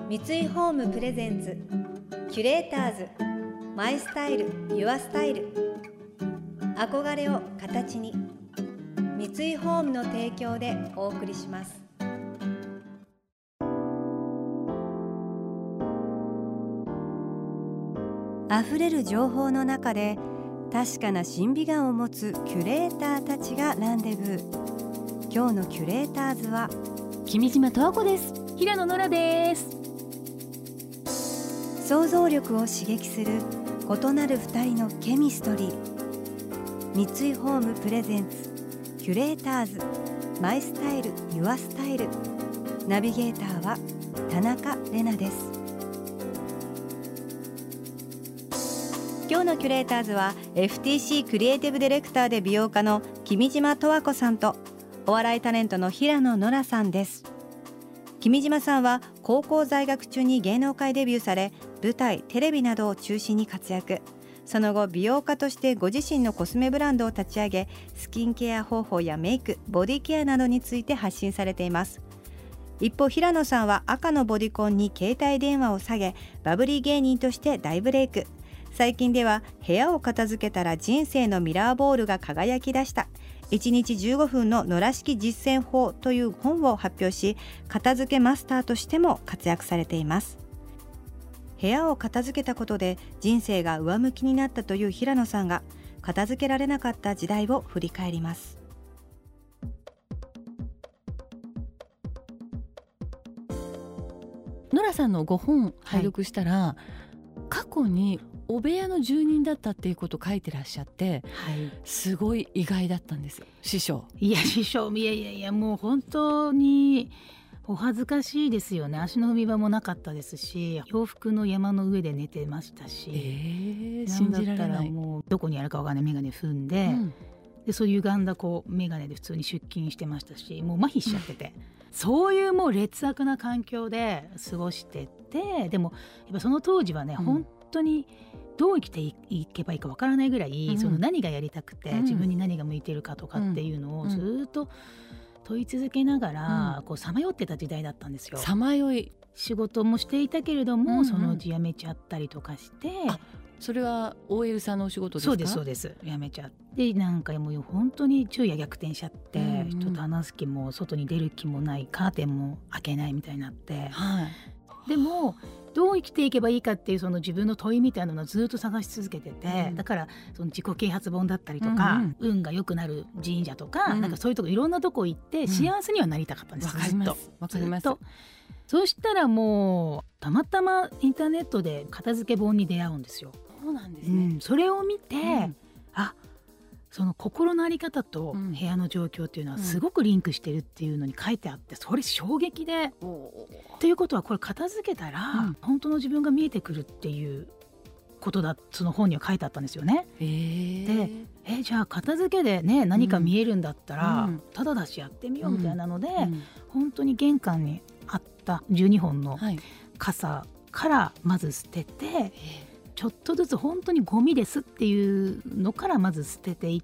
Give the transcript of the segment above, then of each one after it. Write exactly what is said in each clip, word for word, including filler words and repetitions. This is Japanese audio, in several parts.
三井ホームプレゼンツキュレーターズマイスタイルユアスタイル、憧れを形に、三井ホームの提供でお送りします。あふれる情報の中で確かな審美眼を持つキュレーターたちがランデブー。今日のキュレーターズは君島十和子です。平野ノラです。 想像力を刺激する異なる二人のケミストリー。三井ホームプレゼンツキュレーターズマイスタイルユアスタイル、ナビゲーターは田中れなです。今日のキュレーターズは エフティーシー クリエイティブディレクターで美容家の君島十和子さんとお笑いタレントの平野ノラさんです。君島さんは高校在学中に芸能界デビューされ、舞台、テレビなどを中心に活躍。その後美容家としてご自身のコスメブランドを立ち上げ、スキンケア方法やメイク、ボディケアなどについて発信されています。一方、平野さんは赤のボディコンに携帯電話を下げ、バブリー芸人として大ブレイク。最近では部屋を片付けたら人生のミラーボールが輝き出した、いちにちじゅうごふんの野良式実践法という本を発表し、片付けマスターとしても活躍されています。部屋を片付けたことで人生が上向きになったという平野さんが、片付けられなかった時代を振り返ります。 ノラさんのご本拝読したら、はい、過去にお部屋の住人だったっていうことを書いてらっしゃって、はい、すごい意外だったんです。師匠いや師匠いやいやいやもう本当にお恥ずかしいですよね。足の踏み場もなかったですし、洋服の山の上で寝てましたし、 えー、信じられない。 なんだったらもうどこにあるかわからない眼鏡踏んで、うん、でそういう歪んだこう眼鏡で普通に出勤してましたし、もう麻痺しちゃってて、うん、そういうもう劣悪な環境で過ごしてて、でもやっぱその当時はね、うん、本当にどう生きていけばいいかわからないぐらい、うん、その何がやりたくて、うん、自分に何が向いてるかとかっていうのをずっと問い続けながら、うん、こうさまよってた時代だったんですよ。 さまよい、 仕事もしていたけれども、うんうん、そのうち辞めちゃったりとかして。 あ、それは オーエル さんのお仕事ですか？ そうですそうです。辞めちゃってなんかもう本当に昼夜逆転しちゃって、うんうん、人と話す気も外に出る気もない、カーテンも開けないみたいになって、はい、でもどう生きていけばいいかっていうその自分の問いみたいなのをずっと探し続けてて、うん、だからその自己啓発本だったりとか、うんうん、運が良くなる神社とか、うん、なんかそういうとこいろんなとこ行って幸せにはなりたかったんです、 うん、ずっとわかります。 そうしたらもうたまたまインターネットで片付け本に出会うんですよ。 そうなんですね、 うん、それを見て、うん、あ、その心の在り方と部屋の状況っていうのはすごくリンクしてるっていうのに書いてあって、それ衝撃で、うん、ということはこれ片付けたら、うん、本当の自分が見えてくるっていうことだ、その本には書いてあったんですよね。 えー、 でえじゃあ片付けでね何か見えるんだったら、うん、ただだしやってみようみたいなので、うん、本当に玄関にあったじゅうにほんの傘からまず捨てて、はい、ちょっとずつ本当にゴミですっていうのからまず捨てていって、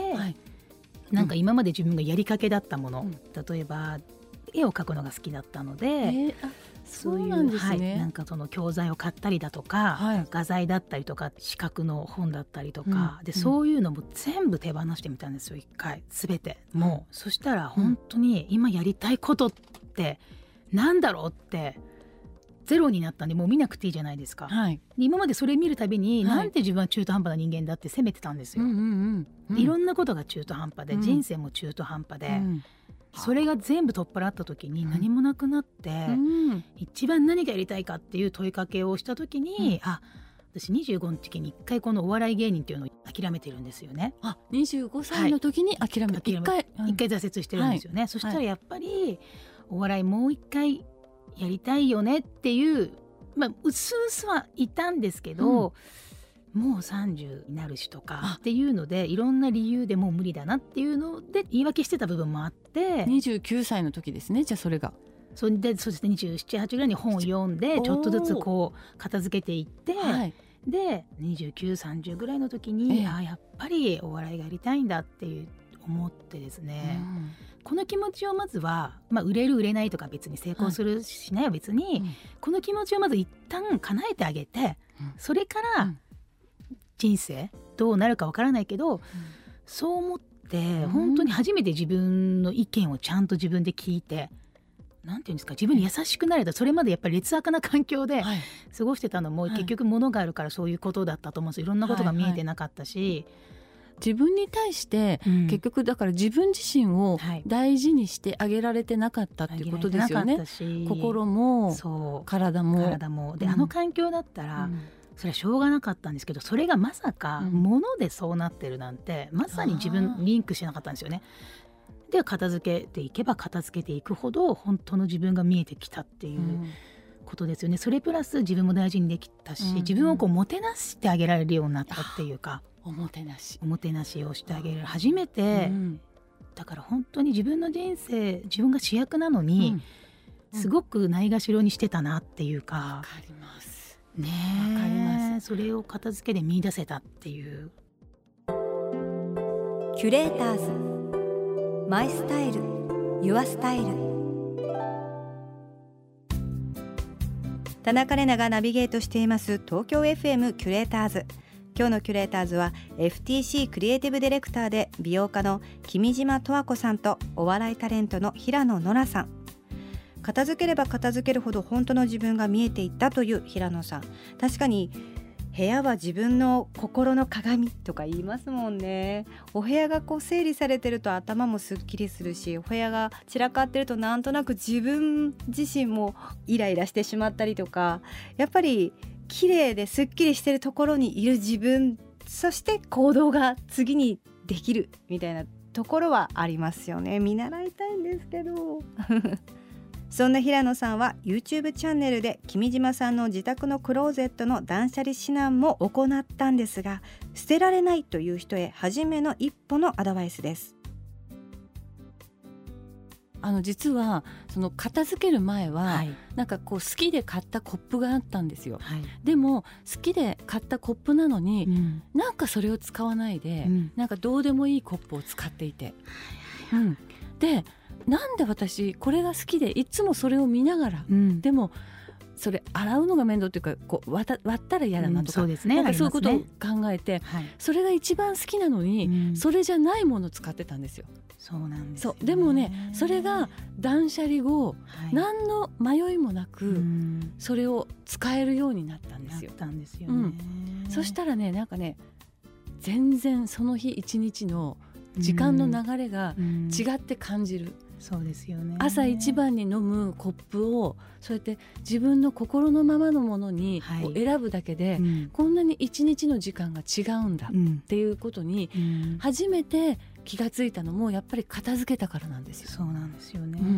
はい、なんか今まで自分がやりかけだったもの、うん、例えば絵を描くのが好きだったので、えー、そういう、なんですね、はい、なんかその教材を買ったりだとか、はい、画材だったりとか資格の本だったりとか、うん、でそういうのも全部手放してみたんですよ、一回全て。もう、うん、そしたら本当に今やりたいことってなんだろうってゼロになったんで、もう見なくていいじゃないですか、はい、今までそれ見るたびに、はい、なんて自分は中途半端な人間だって責めてたんですよ、うんうんうん、いろんなことが中途半端で、うん、人生も中途半端で、うん、それが全部取っ払った時に何もなくなって、うん、一番何がやりたいかっていう問いかけをした時に、うん、あ、私にじゅうごの時に一回このお笑い芸人っていうのを諦めてるんですよね。 あ、にじゅうごさいの時に諦め、はい、 一回、うん、一回挫折してるんですよね、はい、そしたらやっぱりお笑いもう一回やりたいよねっていう、まあ、うすうすはいたんですけど、うん、もうさんじゅうになるしとかっていうのでいろんな理由でもう無理だなっていうので言い訳してた部分もあって、 にじゅうきゅうさいの時ですね。じゃあそれがそれで、そしてにじゅうなな、はちぐらいに本を読んでちょっとずつこう片付けていって、はい、でにじゅうきゅう、さんじゅうぐらいの時に、えー、あやっぱりお笑いがやりたいんだっていう思ってですね、 この気持ちをまずは、まあ、売れる売れないとか別に成功するしないは別に、はいうん、この気持ちをまず一旦叶えてあげて、うん、それから人生どうなるかわからないけど、うん、そう思って本当に初めて自分の意見をちゃんと自分で聞いて、なんていうんですか、自分に優しくなれた。それまでやっぱり劣悪な環境で過ごしてたのも、はい、結局物があるからそういうことだったと思うんです。いろんなことが見えてなかったし、はいはい、 自分に対して、うん、結局だから自分自身を大事にしてあげられてなかったっていうことですよね、はい、心も体も体もで、うん、あの環境だったら、うん、それはしょうがなかったんですけど、それがまさか物でそうなってるなんて、うん、まさに自分リンクしなかったんですよね。で片付けていけば片付けていくほど本当の自分が見えてきたっていうことですよね。それプラス自分も大事にできたし、うん、自分をこうもてなしてあげられるようになったっていうか、 おもてなしおもてなしをしてあげる初めて、うん、だから本当に自分の人生自分が主役なのに、うん、すごくないがしろにしてたなっていうか、 わかりますね。わかります。それを片付けで見出せたっていう。 キュレーターズマイスタイルユアスタイル。田中れながナビゲートしています東京 エフエム キュレーターズ。今日のキュレーターズは エフティーシー クリエイティブディレクターで美容家の君島十和子さんとお笑いタレントの平野ノラさん。片付ければ片付けるほど本当の自分が見えていったという平野さん。確かに部屋は自分の心の鏡とか言いますもんね。お部屋がこう整理されてると頭もすっきりするし、お部屋が散らかってるとなんとなく自分自身もイライラしてしまったりとか、やっぱり綺麗ですっきりしてるところにいる自分、そして行動が次にできるみたいなところはありますよね。見習いたいんですけどそんな平野さんは YouTube チャンネルで君島さんの自宅のクローゼットの断捨離指南も行ったんですが、捨てられないという人へ初めの一歩のアドバイスです。 あの実はその片付ける前は、はい、なんかこう好きで買ったコップがあったんですよ、はい、でも好きで買ったコップなのに、うん、なんかそれを使わないで、うん、なんかどうでもいいコップを使っていて、うん、でなんで私これが好きでいつもそれを見ながら、うん、でもそれ洗うのが面倒っていうかこう 割, 割ったら嫌だなとか、うん そうですね、なんかそういうことを考えて、はい、それが一番好きなのに、うん、それじゃないものを使ってたんですよ。 そうなんですよね。 そうでもね、それが断捨離後、はい、何の迷いもなく、うん、それを使えるようになったんですよ。 なったんですよね、 うん、そしたらね、なんかね全然その日一日の時間の流れが違って感じる、うんうん、 そうですよね。 朝一番に飲むコップをそうやって自分の心のままのものにを選ぶだけで、はい、うん、こんなに一日の時間が違うんだっていうことに初めて気がついたのもやっぱり片付けたからなんですよ。 そうなんですよね、うん、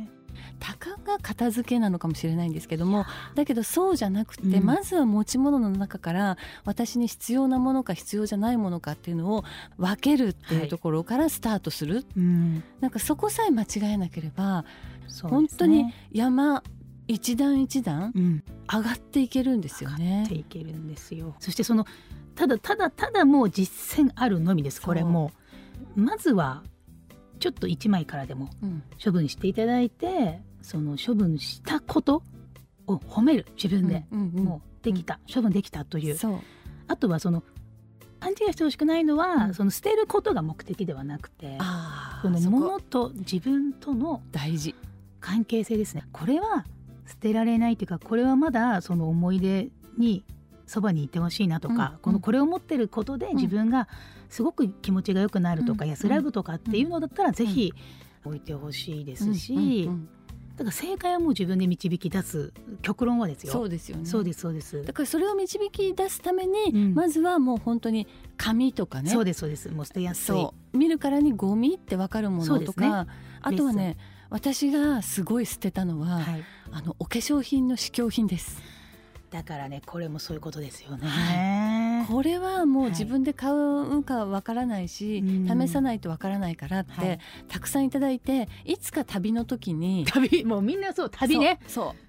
たかが片付けなのかもしれないんですけども、だけどそうじゃなくて、うん、まずは持ち物の中から私に必要なものか必要じゃないものかっていうのを分けるっていうところからスタートする、はい、うん、なんかそこさえ間違えなければ、ね、本当に山一段一段上がっていけるんですよね、 上がっていけるんですよ。そしてそのただただただもう実践あるのみです。これもまずはちょっといちまいからでも処分していただいて、うん、その処分したことを褒める。自分で、うんうんうん、もうできた、うん、処分できたという。そう、あとはその勘違いしてほしくないのは、うん、その捨てることが目的ではなくて、そのものと自分との大事関係性ですね。これは捨てられないというか、これはまだその思い出にそばにいてほしいなとか、うんうん、このこれを持ってることで自分がすごく気持ちが良くなるとか、うん、安らぐとかっていうのだったらぜひ置いてほしいですし、うんうんうん、だから正解はもう自分で導き出す。極論はですよ。 そうですよね。 そうですそうです。 だからそれを導き出すために、うん、まずはもう本当に紙とかね。 そうですそうです。もう捨てやすい。 そう見るからにゴミって分かるものとか、ね、あとはね、私がすごい捨てたのは、はい、あのお化粧品の試供品です。 だからね、これもそういうことですよね、はい、 これはもう自分で買うかわからないし、はい、試さないとわからないからって、はい、たくさんいただいて、いつか旅の時に旅もうみんなそう旅ね。 そうそう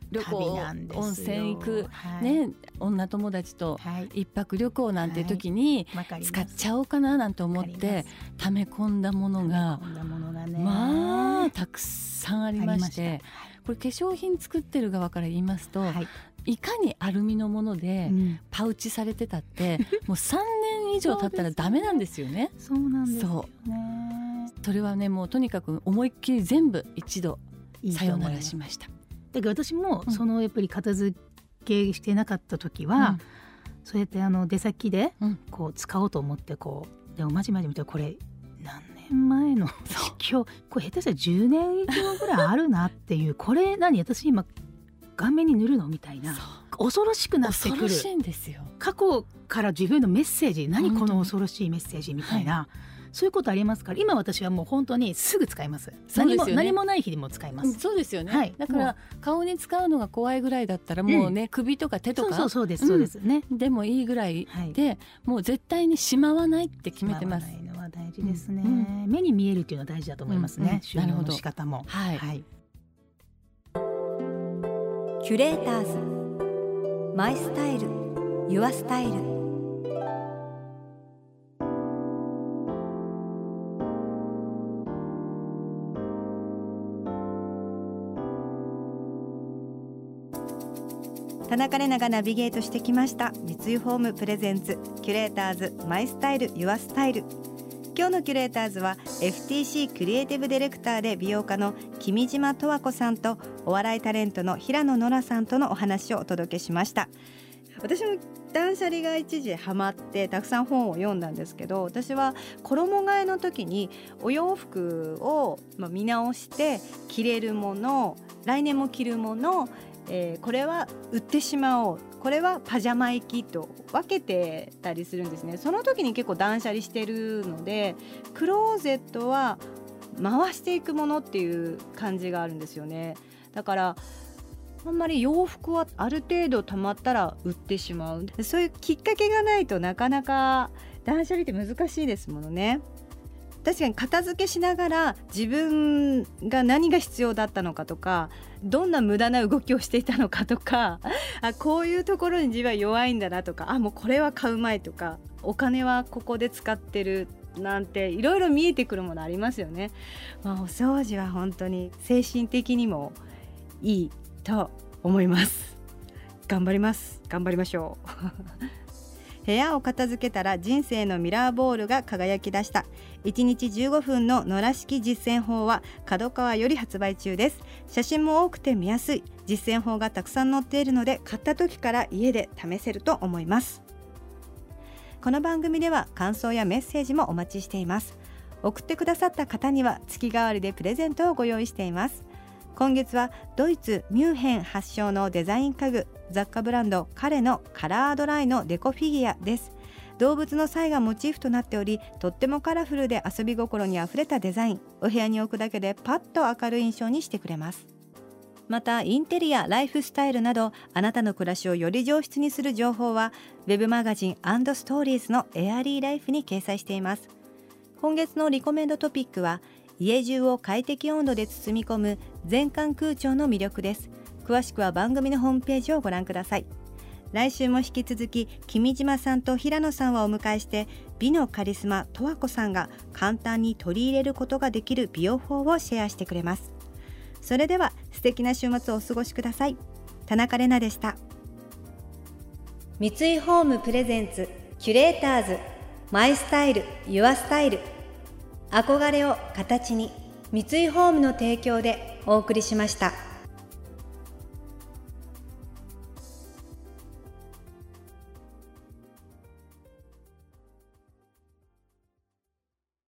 旅行、温泉行く、はいね、女友達と一泊旅行なんていう時に使っちゃおうかななんて思って溜め込んだものがまあたくさんありまして、これ化粧品作ってる側から言いますと、はい、いかにアルミのものでパウチされてたって、うん、もうさんねん以上経ったらダメなんですよね。 そうなんですよね。 それはね、もうとにかく思いっきり全部一度さよならしました。 だから私もそのやっぱり片付けしてなかった時は、うん、そうやってあの出先でこう使おうと思ってこうでもまじまじ見てこれ何年前の今日これ下手したらじゅうねん以上ぐらいあるなっていうこれ何私今顔面に塗るのみたいな恐ろしくなってくる。 恐ろしいんですよ。 過去から自分のメッセージ、何この恐ろしいメッセージみたいな、はい、そういうことありますから、今私はもう本当にすぐ使います。 そうですよね、 何も何もない日にも使います。 そうですよね、はい、だから顔に使うのが怖いぐらいだったらもうね、うん、首とか手とかそうそうそうですそうですね、 うん、でもいいぐらいで、はい、もう絶対にしまわないって決めてます。 しまわないのは大事ですね、うんうん、目に見えるっていうのは大事だと思いますね、うんうん、収納の仕方も。 はい、はい、 キュレーターズマイスタイルユアスタイル。田中れながナビゲートしてきました三井ホームプレゼンツキュレーターズマイスタイルユアスタイル。今日のキュレーターズは エフティーシー クリエイティブディレクターで美容家の君島十和子さんとお笑いタレントの平野ノラさんとのお話をお届けしました。私も断捨離が一時ハマってたくさん本を読んだんですけど、私は衣替えの時にお洋服を見直して着れるもの、来年も着るもの、えー、これは売ってしまおう、これはパジャマ行きと分けてたりするんですね。その時に結構断捨離してるので、クローゼットは回していくものっていう感じがあるんですよね。だからあんまり洋服はある程度溜まったら売ってしまう、そういうきっかけがないとなかなか断捨離って難しいですものね。確かに片付けしながら自分が何が必要だったのかとか、どんな無駄な動きをしていたのかとか、あこういうところに自分は弱いんだなとか、あもうこれは買うまいとか、お金はここで使ってるなんていろいろ見えてくるものありますよね。まあ、お掃除は本当に精神的にもいいと思います。頑張ります頑張りましょう部屋を片付けたら人生のミラーボールが輝き出したいちにちじゅうごふんの野良式実践法は角川より発売中です。写真も多くて見やすい実践法がたくさん載っているので、買った時から家で試せると思います。この番組では感想やメッセージもお待ちしています。送ってくださった方には月替わりでプレゼントをご用意しています。今月はドイツミュンヘン発祥のデザイン家具雑貨ブランドカレのカラードライのデコフィギュアです。動物のサイがモチーフとなっており、とってもカラフルで遊び心にあふれたデザイン、お部屋に置くだけでパッと明るい印象にしてくれます。またインテリア、ライフスタイルなどあなたの暮らしをより上質にする情報はウェブマガジン&ストーリーズのエアリーライフに掲載しています。今月のリコメンドトピックは家中を快適温度で包み込む全館空調の魅力です。詳しくは番組のホームページをご覧ください。来週も引き続き君島さんと平野さんをお迎えして、美のカリスマ十和子さんが簡単に取り入れることができる美容法をシェアしてくれます。それでは素敵な週末をお過ごしください。田中れなでした。三井ホームプレゼンツキュレーターズマイスタイルユアスタイル。憧れを形に、三井ホームの提供でお送りしました。